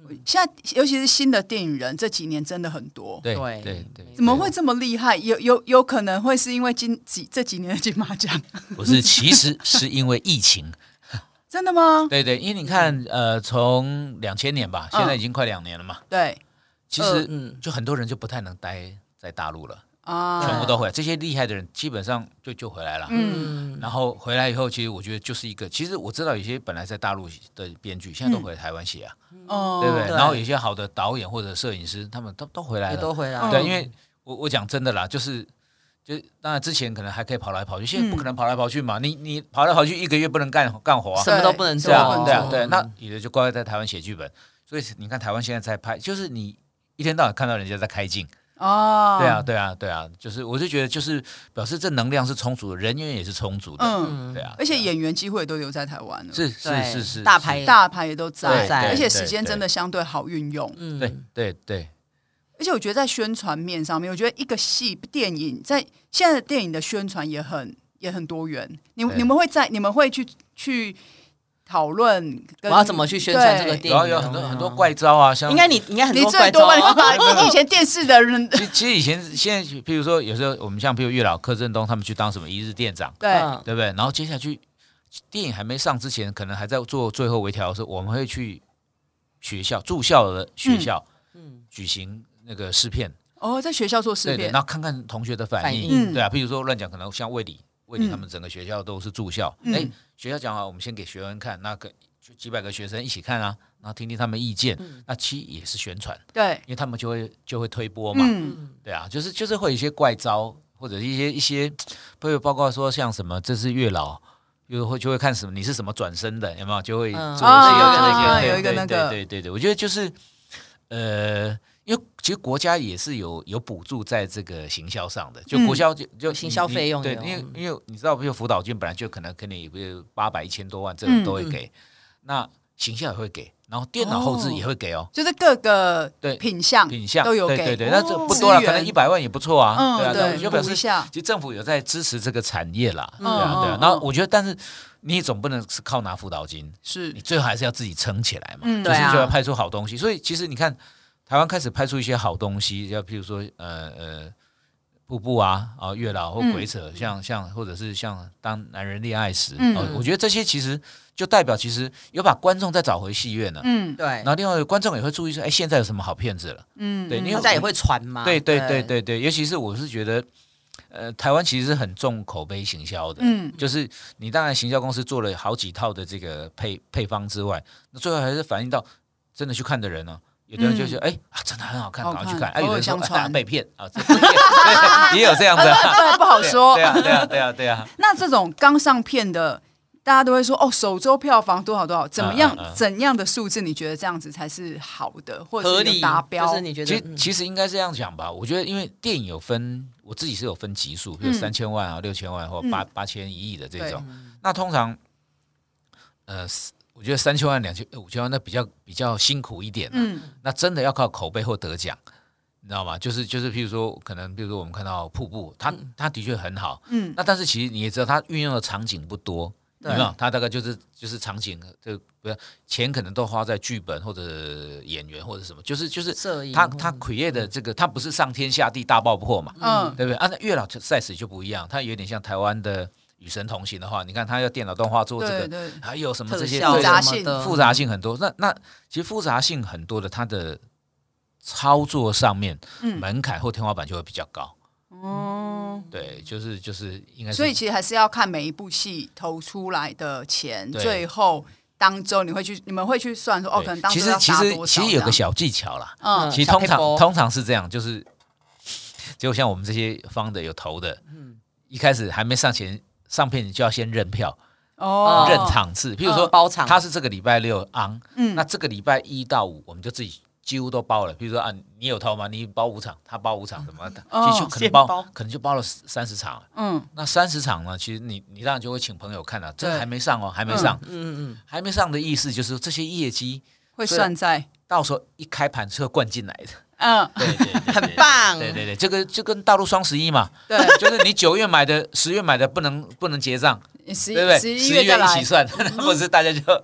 现在尤其是新的电影人，这几年真的很多。 对对对对， 怎么会这么厉害？有有有可能会是因为今几这几年的金马奖？ 不是，其实是因为疫情。 真的吗？ 对对，因为你看，呃，从两千年吧，现在已经快两年了嘛。 对， 其实就很多人就不太能待在大陆了。啊，全部都回来，这些厉害的人基本上就就回来了。嗯，然后回来以后，其实我觉得就是一个，其实我知道有些本来在大陆的编剧，现在都回来台湾写啊，嗯、对不对？然后有些好的导演或者摄影师，他们都都回来了， 都回来了。 对，因为我我讲真的啦，就是就当然之前可能还可以跑来跑去，现在不可能跑来跑去嘛。嗯、你你跑来跑去一个月不能干干活、啊， 什么都不能做， 对啊，对啊，对啊。那有的就乖乖在台湾写剧本，所以你看台湾现在在拍，就是你一天到晚看到人家在开镜。哦，对啊，对啊，对啊，就是我就觉得，就是表示这能量是充足的，人员也是充足的，嗯，对啊， 而且演员机会都留在台湾了， 是是是是， 大牌大牌也都在，而且时间真的相对好运用， 嗯，对对对。 而且我觉得在宣传面上面，我觉得一个戏电影在现在的电影的宣传也很也很多元，你你们会在你们会去去。讨论我要怎么去宣传这个电影？ 然后有很多很多怪招啊，像应该你应该很多怪招啊。以前电视的人， 其实其实以前现在，譬如说有时候我们像譬如月老柯震东他们去当什么一日店长， 对对不对？然后接下去电影还没上之前，可能还在做最后微调的时候，我们会去学校住校的学校，嗯，举行那个试片。 哦，在学校做试片， 然后看看同学的反应，对啊，譬如说乱讲，可能像卫理。卫理他们整个学校都是住校，哎、嗯，学校讲好，我们先给学生看，那个就几百个学生一起看啊，然后听听他们意见，嗯、那其实也是宣传， 对， 因为他们就会就会推播嘛，嗯、对啊，就是就是会有一些怪招或者一些一些，比如包括说像什么这是月老，又会就会看什么你是什么转身的，有没有就会做一些、嗯啊、有一个那个， 对对对，我觉得就是呃。因为其实国家也是有有补助在这个行销上的，就国销就、嗯、就行销费用对，因为因为你知道，比如辅导金本来就可能给你比如八百一千多万，这个都会给，嗯、那行销也会给，然后电脑后置也会给哦， 就是各个品项品项都有给， 对对对，那这不多了，可能一百万也不错啊， 嗯、 对啊， 对， 就表示其实政府有在支持这个产业啦，嗯、对啊对啊，然后我觉得，但是你总不能是靠拿辅导金， 是你最后还是要自己撑起来嘛， 嗯、 就是就要拍出好东西，所以其实你看。台湾开始拍出一些好东西，要譬如说，呃呃，瀑布啊，啊月老或鬼扯，嗯、像像或者是像当男人恋爱时，嗯哦，我觉得这些其实就代表其实有把观众再找回戏院了， 嗯，对。 然后另外观众也会注意说，哎，现在有什么好片子了， 嗯， 对， 大家也会传嘛， 对对对对对，尤其是我是觉得，呃，台湾其实是很重口碑行销的，嗯，就是你当然行销公司做了好几套的这个配配方之外，那最后还是反映到真的去看的人呢。有的人就觉得哎、嗯欸啊，真的很好看，赶快去看。哎、啊，有人说啊被骗啊，也有这样的， 对，不好说。 对啊，对啊，对啊，对啊。 那这种刚上片的，大家都会说哦，首周票房多少多少，怎么样？嗯嗯嗯怎样的数字？你觉得这样子才是好的，或者是达标？ 就是你觉得？ 其实、嗯、其实应该这样讲吧。我觉得，因为电影有分，我自己是有分级数，比如三千万啊、六千万或八八千、一亿的这种。那通常，呃。我觉得三千万、两千、五千万那比较比较辛苦一点、啊，嗯，那真的要靠口碑或得奖，你知道吗？就是就是，譬如说，可能比如说我们看到瀑布，它、嗯、它的确很好，嗯，那但是其实你也知道，它运用的场景不多，有没有？它大概就是就是场景，就不要钱可能都花在剧本或者演员或者什么，就是就是它它 create 的这个，它不是上天下地大爆破嘛，嗯，对不对？啊，那月老赛事就不一样，它有点像台湾的。与神同行的话，你看他要电脑动画做这个，还有什么这些复杂性复杂性很多。那那其实复杂性很多的，它的操作上面、嗯、门槛或天花板就会比较高。哦、嗯，对，就是就是应该是。 所以其实还是要看每一部戏投出来的钱，最后当周你会去你们会去算说哦，可能当周要其实其实其实有个小技巧啦，嗯，其实通常通常是这样，就是就像我们这些方的有投的，嗯，一开始还没上前。上片你就要先认票，哦，认场次。譬如说，包场，他是这个礼拜六昂，嗯，那这个礼拜一到五，我们就自己几乎都包了。譬如说啊，你有投吗？你包五场，他包五场，什么的，其实就可能包，包可能就包了三十场。嗯，那三十场呢，其实你你当然就会请朋友看了，这还没上哦，还没上，嗯嗯嗯，还没上的意思就是这些业绩会算在到时候一开盘是会灌进来的。 嗯， 对对对， 很棒。 对对对，这个就跟大陆双十一嘛， 对， 就是你九月买的、十月买的不能不能结账，对不对？十一月一起算，不是大家就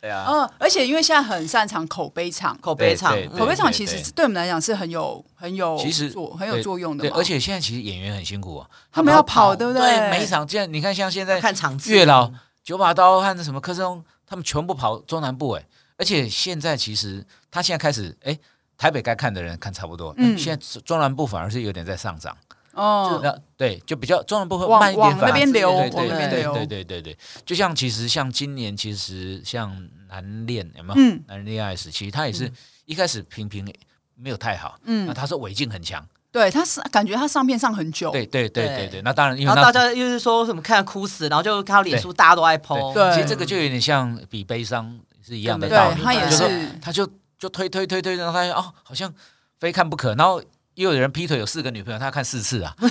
对啊， 嗯，而且因为现在很擅长口碑场， 口碑场， 对对对口碑场其实对我们来讲是很有很有其实作很有作用的对， 嘛。 而且现在其实演员很辛苦啊， 他们要跑，对不对？ 对？ 每一场，这样你看，像现在看场次， 月老、九把刀和什么柯震东，他们全部跑中南部哎，而且现在其实他现在开始哎，台北该看的人看差不多，嗯，现在中南部反而是有点在上涨。 哦， 那对，就比较中南部会往慢一点， 往那边流， 对往那边流， 对对对对，就像其实像今年，其实像难恋有没有？ 嗯， 难恋爱时，其实他也是一开始评评没有太好，嗯，那他说韦静很强， 对，他是感觉他上片上很久， 对对对对对，那当然因为然后大家又是说什么看哭死，然后就看到脸书大家都爱 po， 对， 其实这个就有点像比悲伤是一样的道理， 他也是， 他就就推推推推，然后他哦好像非看不可，然后。又有人劈腿有四个女朋友，他看四次啊，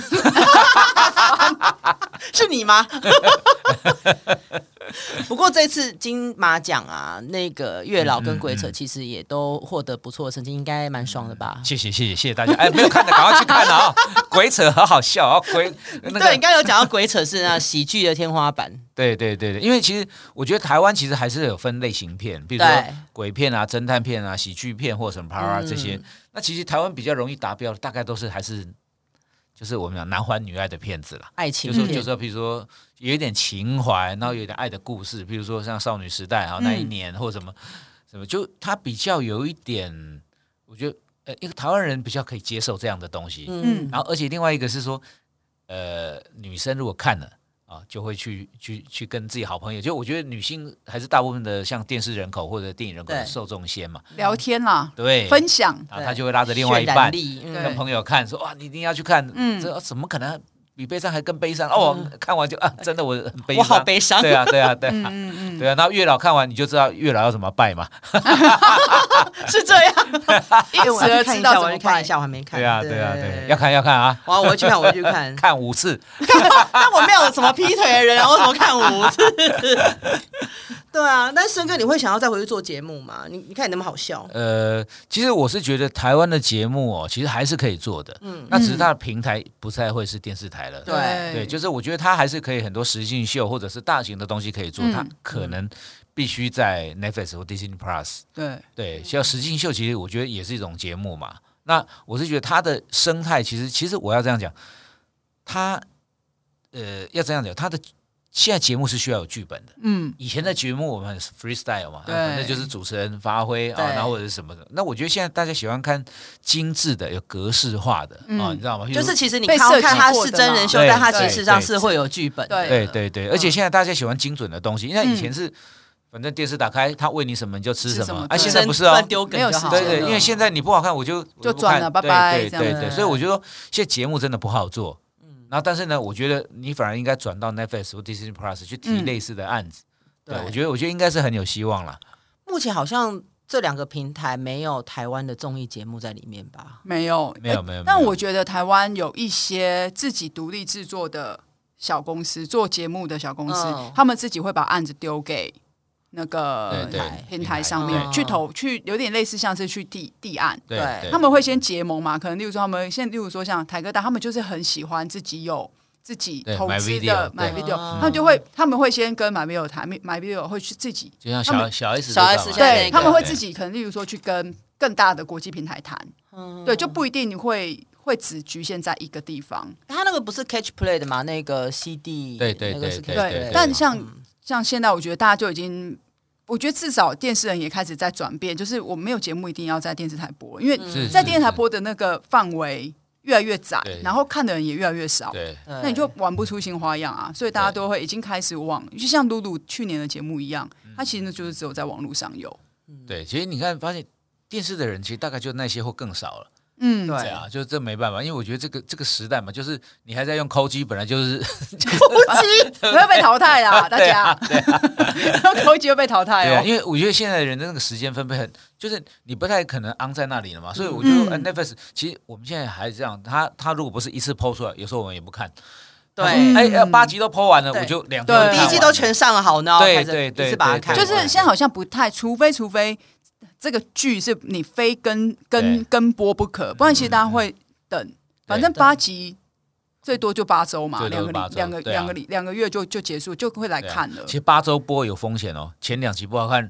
是你吗？不过这次金马奖啊，那个月老跟鬼扯其实也都获得不错的成绩，应该蛮爽的吧？ 谢谢谢谢谢谢大家！哎，没有看的赶快去看啊！鬼扯好好笑啊！鬼、那個、 对，你刚刚有讲到鬼扯是那喜剧的天花板。 对对对对，因为其实我觉得台湾其实还是有分类型片，比如说鬼片啊、侦探片啊、喜剧片或什么啪啪这些。嗯、那其实台湾比较容易达标的，大概都是还是就是我们讲男欢女爱的片子啦， 爱情片，就是就是比如说有一点情怀，然后有点爱的故事，比如说像少女时代啊那一年、嗯、或什么什么，就它比较有一点，我觉得呃，一个台湾人比较可以接受这样的东西。嗯，然后而且另外一个是说，呃，女生如果看了。啊，就会去去去跟自己好朋友，就我觉得女性还是大部分的像电视人口或者电影人口的受众先嘛， 聊天啦， 对， 分享， 啊，他就会拉着另外一半嗯、 跟朋友看，说哇，你一定要去看，嗯，这怎么可能比悲伤还更悲伤？哦，嗯、看完就啊，真的我很悲伤， 我好悲伤， 对啊，对啊，对啊，嗯嗯嗯对啊。然后月老看完你就知道月老要怎么拜嘛， 是这样， 因此而知道怎么看一下，我还没看。 对啊，对啊，对，要看要看啊！ 我我会去看，我会去看， 看五次。 但我没有什么劈腿的人，我怎么看五次？对啊，但申哥，你会想要再回去做节目吗？你你看你那么好笑。 呃，其实我是觉得台湾的节目哦，其实还是可以做的。嗯，那只是它的平台不太会是电视台了。 对对，就是我觉得它还是可以很多实境秀或者是大型的东西可以做，嗯、它可能必须在 Netflix 或 Disney Plus。 对对，像实境秀，其实我觉得也是一种节目嘛。那我是觉得它的生态，其实其实我要这样讲，它呃要这样讲，它的。现在节目是需要有剧本的，嗯，以前的节目我们很 freestyle 嘛，反正就是主持人发挥啊，然后或者是什么的。那我觉得现在大家喜欢看精致的、有格式化的啊、嗯哦，你知道吗？ 就是其实你看看它是真人秀，但它其实上是会有剧本的。 对对对，而且现在大家喜欢精准的东西，因为以前是。反正电视打开，他喂你什么你就吃什么，啊，现在不是哦， 没有时间， 对对，因为现在你不好看，我就就转了，拜拜， 对对对，所以我觉得现在节目真的不好做。然后，但是呢，我觉得你反而应该转到 Netflix 或 Disney Plus 去提类似的案子。嗯、对，我觉得我觉得应该是很有希望啦。 目前好像这两个平台没有台湾的综艺节目在里面吧？ 没有， 没有，没有。 但我觉得台湾有一些自己独立制作的小公司，做节目的小公司，嗯、他们自己会把案子丢给那个平台上面去投，去有点类似像是去递递案， 对， 他们会先结盟嘛，可能例如说他们现在例如说像台哥大，他们就是很喜欢自己有自己投资的买 video， 他们就会他们会先跟买 video 谈，买 video 会去自己， 就像小小 S 小 S 对，他们会自己可能例如说去跟更大的国际平台谈，对，就不一定会。会只局限在一个地方， 他那个不是 Catch Play 的嘛？那个 C D， 对对对对对。 但像像现在，我觉得大家就已经，我觉得至少电视人也开始在转变，就是我们没有节目一定要在电视台播，因为在电视台播的那个范围越来越窄，然后看的人也越来越少， 对， 那你就玩不出新花样啊。所以大家都会已经开始往，就像露露去年的节目一样，它其实就是只有在网络上有。 对，其实你看，发现电视的人其实大概就那些或更少了。 嗯， 对啊，就这没办法，因为我觉得这个这个时代嘛，就是你还在用抠机，本来就是抠机会被淘汰啦，大家， 对啊， 用抠机会被淘汰哦。 对啊，因为我觉得现在的人的那个时间分配很，就是你不太可能昂在那里了嘛，所以我觉得 Netflix 其实我们现在还是这样，他他如果不是一次 po 出来，有时候我们也不看。 对， 哎，八集都 po 完了，我就两天第一季都全上了好呢， 对对对， 是把它看， 就是现在好像不太，除非除非。这个剧是你非跟跟跟播不可，不然其实大家会等。反正八集最多就八周嘛，两个两个两个两个月就就结束，就会来看了。 其实八周播有风险哦，前两集不好看，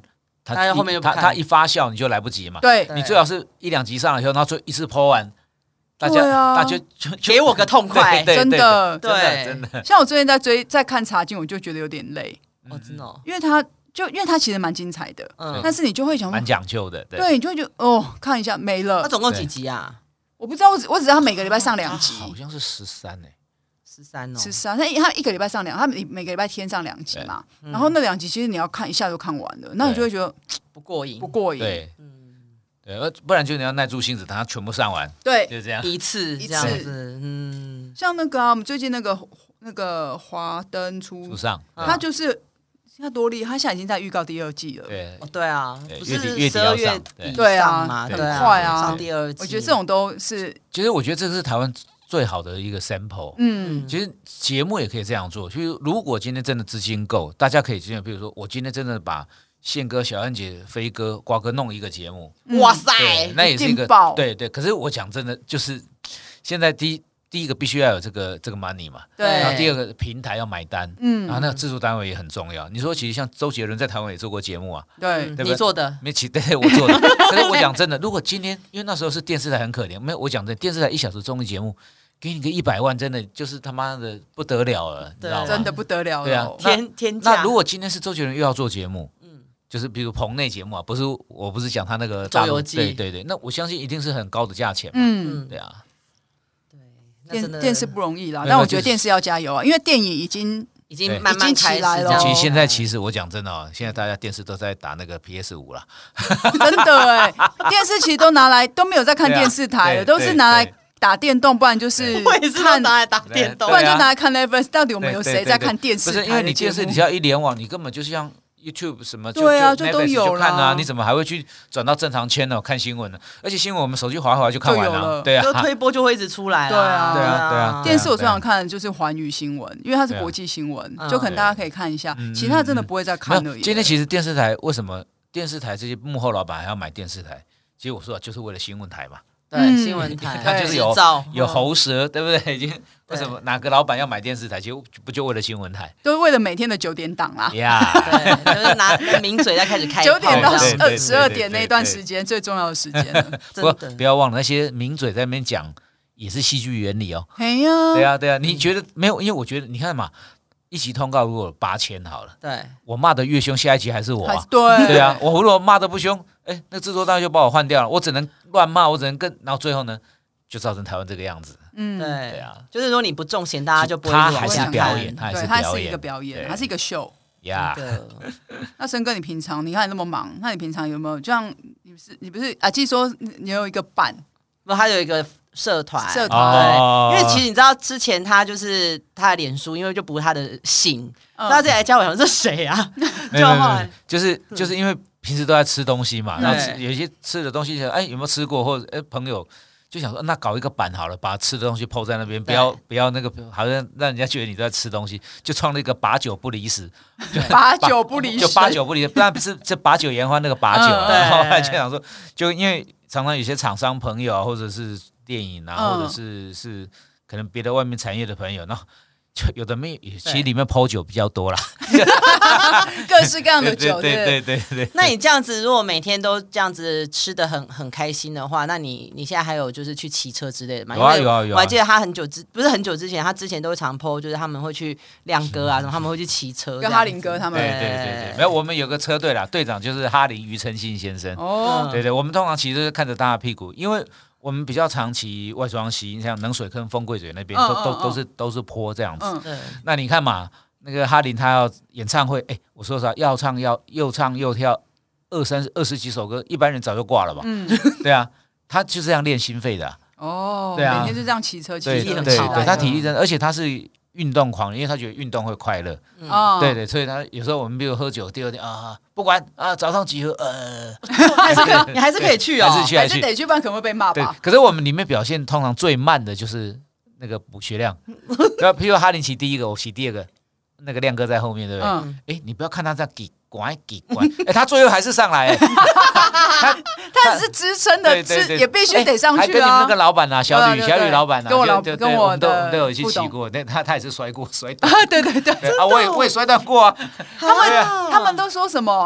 他后面就他他一发酵你就来不及嘛。 对， 你最好是一两集上来以后，然后就一次播完，大家、 啊、 大家就给我个痛快， 对对对真的真的真的。 像我最近在追在看茶经，我就觉得有点累。 哦，真的、哦， 因为他就因为他其实蛮精彩的，嗯，但是你就会想蛮讲究的，对， 对，你就会觉得哦，看一下没了。 他总共几集啊？ 我不知道，我只我只知道他每个礼拜上两集， 好像是十三哎， 十三哦， 十三。他他一个礼拜上两，他每每个礼拜天上两集嘛，然后那两集其实你要看一下就看完了，那你就会觉得不过瘾， 不过瘾， 对，嗯，对，不然就你要耐住性子，等它全部上完， 对， 就是这样， 一次一次，嗯， 像那个啊，我们最近那个那个华灯初初上， 他就是他多厉害，他现在已经在预告第二季了， 对， 哦，对啊，不是月底要上， 对啊， 很快啊， 上第二季， 我觉得这种都是， 其实我觉得这个是台湾最好的一个 sample， 嗯，其实节目也可以这样做，就是如果今天真的资金够，大家可以今天，比如说我今天真的把宪哥、小燕姐、飞哥、瓜哥弄一个节目， 哇塞， 那也是一个对对。可是我讲真的，就是现在第一第一个必须要有这个这个 money 嘛， 对。 然后第二个平台要买单，嗯，然后那个制作单位也很重要。你说其实像周杰伦在台湾也做过节目啊， 对， 对你做的没其对我做的。可是我讲真的，如果今天因为那时候是电视台很可怜，没有我讲真的，电视台一小时综艺节目。给你个一百万，真的就是他妈的不得了了，你知道吗？ 真的不得了了， 对啊， 天天价。 那如果今天是周杰伦又要做节目，嗯，就是比如棚内节目啊，不是我不是讲他那个周游记， 对对对，那我相信一定是很高的价钱嘛， 嗯， 对啊， 对，电电视不容易啦，但我觉得电视要加油啊，因为电影已经已经慢慢起来了。 其实现在其实我讲真的哦，现在大家电视都在打那个 P S 五了， 真的哎，电视其实都拿来都没有在看电视台了，都是拿来。打电动，不然就是看拿来打电动， 不然就拿来看 Netflix。到底我们有谁在看电视？ 不是因为你电视，你只要一联网，你根本就像 YouTube 什么， 对啊，就都有看啊。你怎么还会去转到正常channel看新闻呢？而且新闻我们手机滑滑就看完了，对啊， 就推播就会一直出来。 对啊， 对啊，对啊。 电视我最常看的就是寰宇新闻，因为它是国际新闻，就可能大家可以看一下。其他真的不会再看了。 今天其实电视台为什么电视台这些幕后老板还要买电视台？其实我说就是为了新闻台嘛。 对，新闻台， 他就是有有喉舌，对不对？为什么哪个老板要买电视台？其实不就为了新闻台？ 都是为了每天的九点档啦。 呀， 对，就是拿名嘴在开始开九点到十二十二点那一段时间最重要的时间了。 不过不要忘了那些名嘴在那边讲，也是戏剧原理哦。 哎呀， 对啊对啊，你觉得没有？因为我觉得你看嘛。一集通告如果八千好了， 对我骂的越凶，下一集还是我、啊， 对对啊，我如果骂的不凶，哎，那制作单位就把我换掉了，我只能乱骂，我只能跟，然后最后呢，就造成台湾这个样子。 嗯，对对啊，就是说你不重咸，大家就不会。 他还是表演，他还是表演， 它是一个表演，它是一个秀呀。 那森哥，你平常你看你那么忙，那你平常有没有就像你不是你不是啊？记说你有一个版， 不，他有一个。社团， 社团、 哦，因为其实你知道，之前他就是他的脸书，因为就不是他的姓，嗯、他自己来加我，想说谁啊？就后来就是就是因为平时都在吃东西嘛，然后吃有一些吃的东西，哎，有没有吃过？或者哎，朋友就想说，那搞一个版好了，把吃的东西 po 在那边，不要不要那个，好像让人家觉得你都在吃东西，就创了一个把酒不离十， 把酒不离十， 就把酒不离十，当然不是这把酒言欢那个把酒，嗯、然后就想说，就因为常常有些厂商朋友啊，或者是。电影啊，或者是、嗯、是可能别的外面产业的朋友，然后就有的没，其实里面泡酒比较多啦， 各式各样的酒， 对对对对 对, 对。 那你这样子，如果每天都这样子吃的很很开心的话，那你你现在还有就是去骑车之类的吗？ 有啊有啊有啊。 我还记得他很久之不是很久之前，他之前都会常 po， 就是他们会去亮哥啊，然后他们会去骑车， 跟哈林哥他们。 对对对对，没有，我们有个车队啦，队长就是哈林庾澄庆先生。哦，对对，我们通常骑就是看着大家屁股，因为。我们比较长期外双溪，像冷水坑、丰贵嘴那边，嗯、都都都是都是坡这样子。嗯、那你看嘛，那个哈林他要演唱会，哎，我说实话，要唱要又唱又跳二三二十几首歌，一般人早就挂了吧？嗯，对啊，他就这样练心肺的、啊。 哦， 对啊， 每天就这样骑车，体力很好。对，他体力真的，而且他是。运动狂，因为他觉得运动会快乐，嗯、对对，所以他有时候我们比如喝酒，第二天啊，不管啊，早上集合，呃， 还是可以，你还是可以去哦， 还是去， 还是得去，不然可能会被骂吧。 可是我们里面表现通常最慢的就是那个补血量，对，譬如哈林骑第一个，我骑第二个，那个亮哥在后面，对不对？哎、嗯，你不要看他这样给。拐给拐，哎，他最后还是上来， 他他是支撑的，是也必须得上去啊。 还跟你们那个老板啊，小吕小吕老板啊， 跟我老跟我都都有去骑过，但他他也是摔过摔断， 对对对， 啊，我也我也摔断过啊。 他们他们都说什么？他们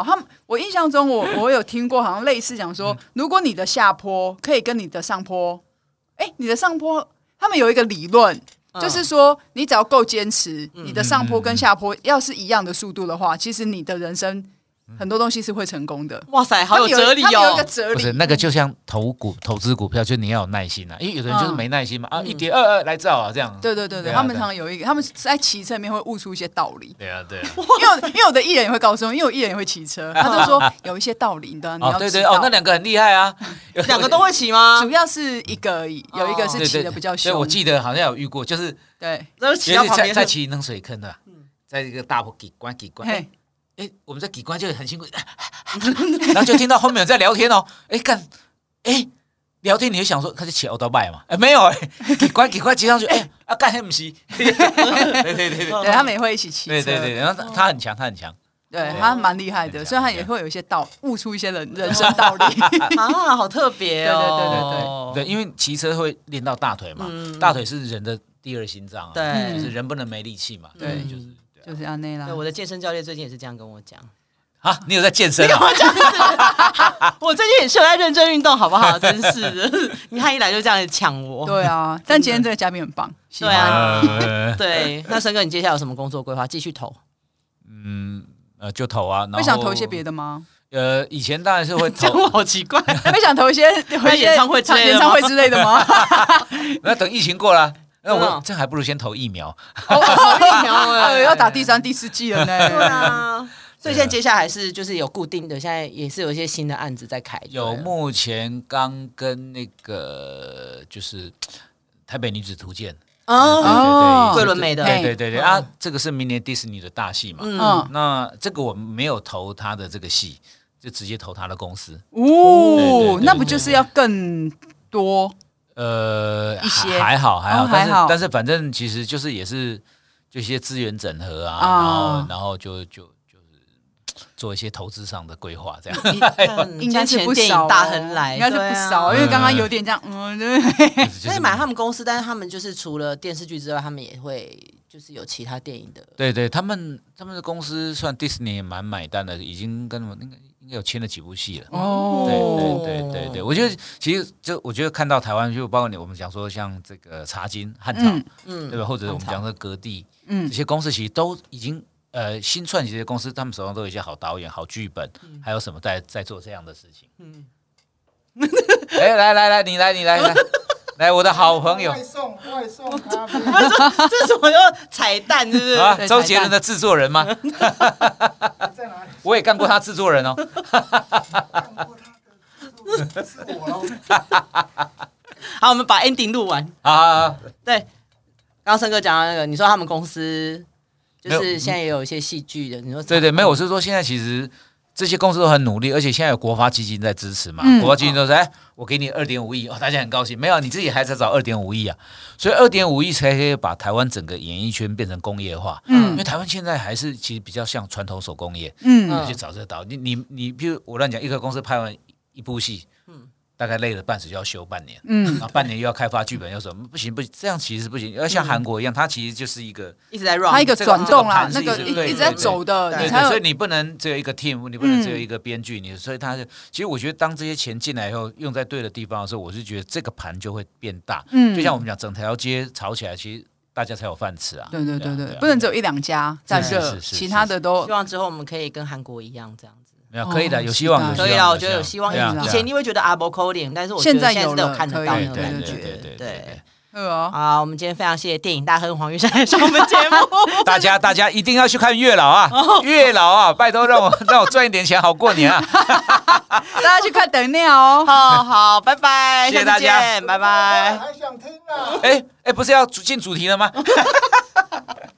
我印象中我我有听过，好像类似讲说，嗯、如果你的下坡可以跟你的上坡，哎，你的上坡，他们有一个理论。嗯、就是说，你只要够坚持，嗯、你的上坡跟下坡要是一样的速度的话，其实你的人生很多东西是会成功的。 哇塞，好有哲理哦！ 有一个哲理， 不是那个就像投股投资股票，就是你要有耐心啊，因为有的人就是没耐心嘛，嗯、啊，一跌二二来照啊，这样。 对对对对，他们常常有一个，他们在骑车里面会悟出一些道理。 对啊对啊， 因为因为有的艺人也会告诉我，因为我艺人也会骑车，他就说有一些道理的，你要知道。 哦对对哦，那两个很厉害啊， 两个都会骑吗？ 主要是一个而已，有一个是骑的比较凶。 所以我记得好像有遇过，就是。 对， 然后骑到旁边， 在骑冷水坑的，在一个大坡给关给关，哎哎，我们在给关就很辛苦，然后就听到后面有在聊天哦，哎干，哎聊天你就想说他是骑欧多拜嘛，哎没有哎，给关给关骑上去，哎啊干还不是，对对对对， 对他们也会一起骑， 对对对，然后他很强，他很强。 对他蛮厉害的，所以他也会有一些道悟出一些人人生道理啊，好特别哦！对对对对对，因为骑车会练到大腿嘛，嗯、大腿是人的第二心脏啊， 对， 就是人不能没力气嘛，对，就是就是安内啦。 对，我的健身教练最近也是这样跟我讲。 啊，你有在健身啊？ 我最近也是有在认真运动，好不好？真是的，你看一来就这样子抢我。 对啊，但今天这个嘉宾很棒。 对啊，对。那申哥，你接下来有什么工作规划？继续投？ 嗯。呃，就投啊，然后会想投一些别的吗？ 呃，以前当然是会投， 好奇怪， 会想投一些演唱会之类的演唱会之类的吗？ 那等疫情过了，那我这还不如先投疫苗。 哦，疫苗哎，要打第三、第四季了呢。 对啊，所以现在接下来是就是有固定的，现在也是有一些新的案子在开。 有，目前刚跟那个就是台北女子图鉴。 哦，桂纶镁的， 对对对对啊，这个是明年迪士尼的大戏嘛，嗯，那这个我没有投他的这个戏，就直接投他的公司。 哦，那不就是要更多？ 呃， 一些还好还好， 还好， 但是反正其实就是也是就一些资源整合啊，然后然后就就。做一些投资上的规划，这样应该是不少， 大亨来应该是不少，因为刚刚有点这样，嗯，对。 所以买他们公司，但是他们就是除了电视剧之外，他们也会就是有其他电影的。 对对，他们他们的公司算迪士尼也蛮买单的，已经跟他们应该应该有签了几部戏了。哦，对对对对对，我觉得其实就我觉得看到台湾，就包括你我们讲说像这个茶金、汉朝，嗯，对吧？或者我们讲说格力，嗯，这些公司其实都已经。呃，新创这些公司，他们手上都有一些好导演、好剧本，嗯、还有什么在在做这样的事情。嗯，哎，来来来，你来你来来来，我的好朋友， 外送外送咖啡， 这是什么叫彩蛋？是不是？ 啊，周杰伦的制作人吗？ 在哪里？ 我也干过他制作人哦。 干过他的是我喽。 好，我们把 ending 录完啊。对， 刚刚申哥讲到那个，你说他们公司。就是现在也有一些戏剧的，你说对对，没有，我是说现在其实这些公司都很努力，而且现在有国发基金在支持嘛，嗯、国发基金都说，哎，我给你二点五亿，哦，大家很高兴。没有，你自己还在找二点五亿啊，所以二点五亿才可以把台湾整个演艺圈变成工业化。嗯，因为台湾现在还是其实比较像传统手工业，嗯，去找这个导，你你你，譬如我乱讲，一个公司拍完一部戏，嗯。大概累了半死就要休半年，嗯，然后半年又要开发剧本，又什么不行不行，这样其实是不行。要像韩国一样，它其实就是一个一直在 run， 它一个转动啦，那个一直在走的， 对对，所以你不能只有一个 team， 你不能只有一个编剧，你所以它其实我觉得当这些钱进来以后，用在对的地方的时候，我是觉得这个盘就会变大。嗯，就像我们讲，整条街炒起来，其实大家才有饭吃啊。 对对对对，不能只有一两家在热，其他的都希望之后我们可以跟韩国一样这样子。 没有可以的，有希望， 可以啦，我觉得有希望。以前你会觉得阿伯扣脸，但是我觉得现在都有看得到那种感觉。 对对对。 好，我们今天非常谢谢电影大亨黄玉山来上我们节目。 大家大家一定要去看月老啊！月老啊，拜托让我让我赚一点钱，好过年啊！ 大家去看等鸟哦。 好好，拜拜， 谢谢大家， 拜拜。 还想听啊？ 哎哎，不是要进主题了吗？